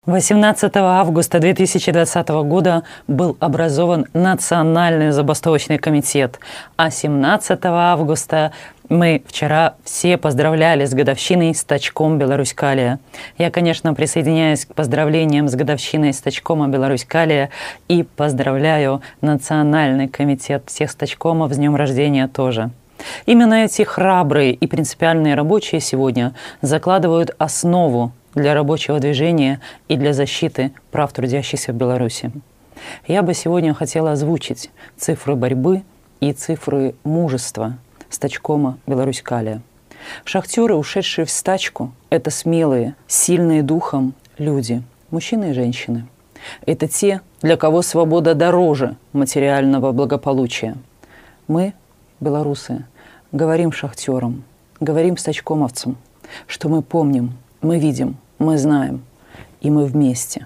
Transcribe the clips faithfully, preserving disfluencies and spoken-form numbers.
восемнадцатого августа две тысячи двадцатого года был образован Национальный забастовочный комитет, а семнадцатого августа мы вчера все поздравляли с годовщиной стачком Беларусь-Калия. Я, конечно, присоединяюсь к поздравлениям с годовщиной стачкома Беларусь-Калия и поздравляю Национальный комитет всех стачкомов с днем рождения тоже. Именно эти храбрые и принципиальные рабочие сегодня закладывают основу для рабочего движения и для защиты прав трудящихся в Беларуси. Я бы сегодня хотела озвучить цифры борьбы и цифры мужества стачкома Беларусь-Калия. Шахтеры, ушедшие в стачку, это смелые, сильные духом люди, мужчины и женщины. Это те, для кого свобода дороже материального благополучия. Мы, белорусы, говорим шахтерам, говорим стачкомовцам, что мы помним, мы видим, мы знаем, и мы вместе.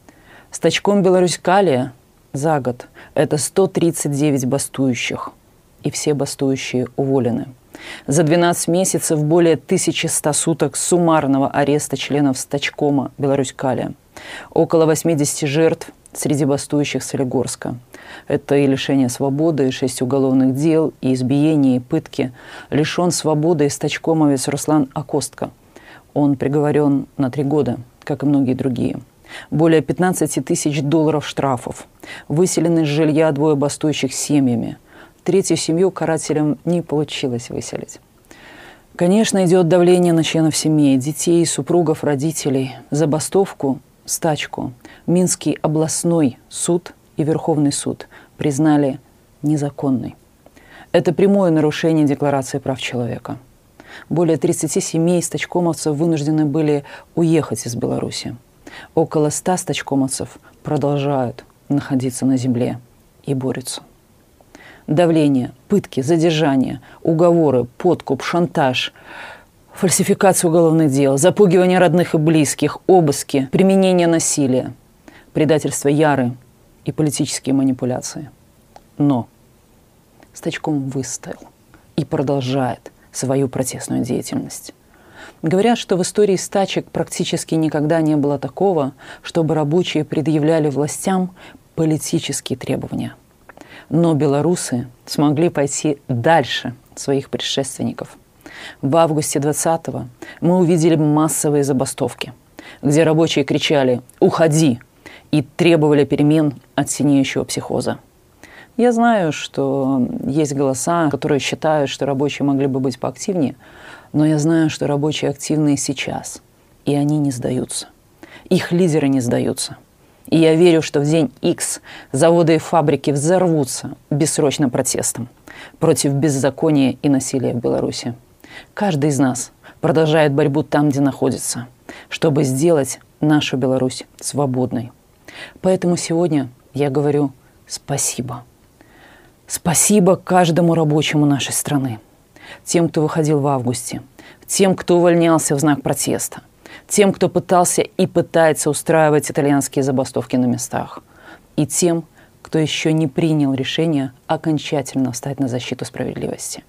Стачком Беларусь-Калия за год это сто тридцать девять бастующих, и все бастующие уволены. За двенадцать месяцев более тысячи ста суток суммарного ареста членов стачкома Беларусь-Калия. Около восьмидесяти жертв среди бастующих Солигорска. Это и лишение свободы, и шесть уголовных дел, и избиения, и пытки. Лишен свободы и стачкомовец Руслан Акостко. Он приговорен на три года, как и многие другие. Более пятнадцати тысяч долларов штрафов. Выселены из жилья двое бастующих семьями. Третью семью карателям не получилось выселить. Конечно, идет давление на членов семей, детей, супругов, родителей. Забастовку, стачку Минский областной суд и Верховный суд признали незаконной. Это прямое нарушение Декларации прав человека. Более тридцати семи стачкомовцев вынуждены были уехать из Беларуси. Около ста стачкомовцев продолжают находиться на земле и борются. Давление, пытки, задержание, уговоры, подкуп, шантаж, фальсификация уголовных дел, запугивание родных и близких, обыски, применение насилия, предательство Яры и политические манипуляции. Но стачком выстоял и продолжает свою протестную деятельность. Говорят, что в истории стачек практически никогда не было такого, чтобы рабочие предъявляли властям политические требования. Но белорусы смогли пойти дальше своих предшественников. В августе двадцатого мы увидели массовые забастовки, где рабочие кричали «Уходи!» и требовали перемен от синеющего психоза. Я знаю, что есть голоса, которые считают, что рабочие могли бы быть поактивнее, но я знаю, что рабочие активные сейчас, и они не сдаются. Их лидеры не сдаются. И я верю, что в день Икс заводы и фабрики взорвутся бессрочным протестом против беззакония и насилия в Беларуси. Каждый из нас продолжает борьбу там, где находится, чтобы сделать нашу Беларусь свободной. Поэтому сегодня я говорю спасибо. Спасибо каждому рабочему нашей страны. Тем, кто выходил в августе, тем, кто увольнялся в знак протеста, тем, кто пытался и пытается устраивать итальянские забастовки на местах, и тем, кто еще не принял решение окончательно встать на защиту справедливости.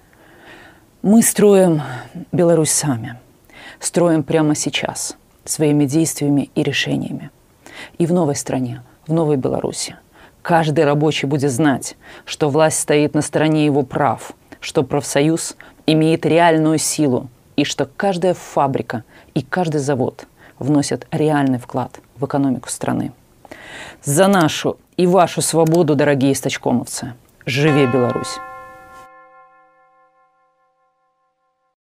Мы строим Беларусь сами, строим прямо сейчас, своими действиями и решениями. И в новой стране, в новой Беларуси каждый рабочий будет знать, что власть стоит на стороне его прав, что профсоюз имеет реальную силу, и что каждая фабрика и каждый завод вносят реальный вклад в экономику страны. За нашу и вашу свободу, дорогие стачкомовцы! Живи Беларусь!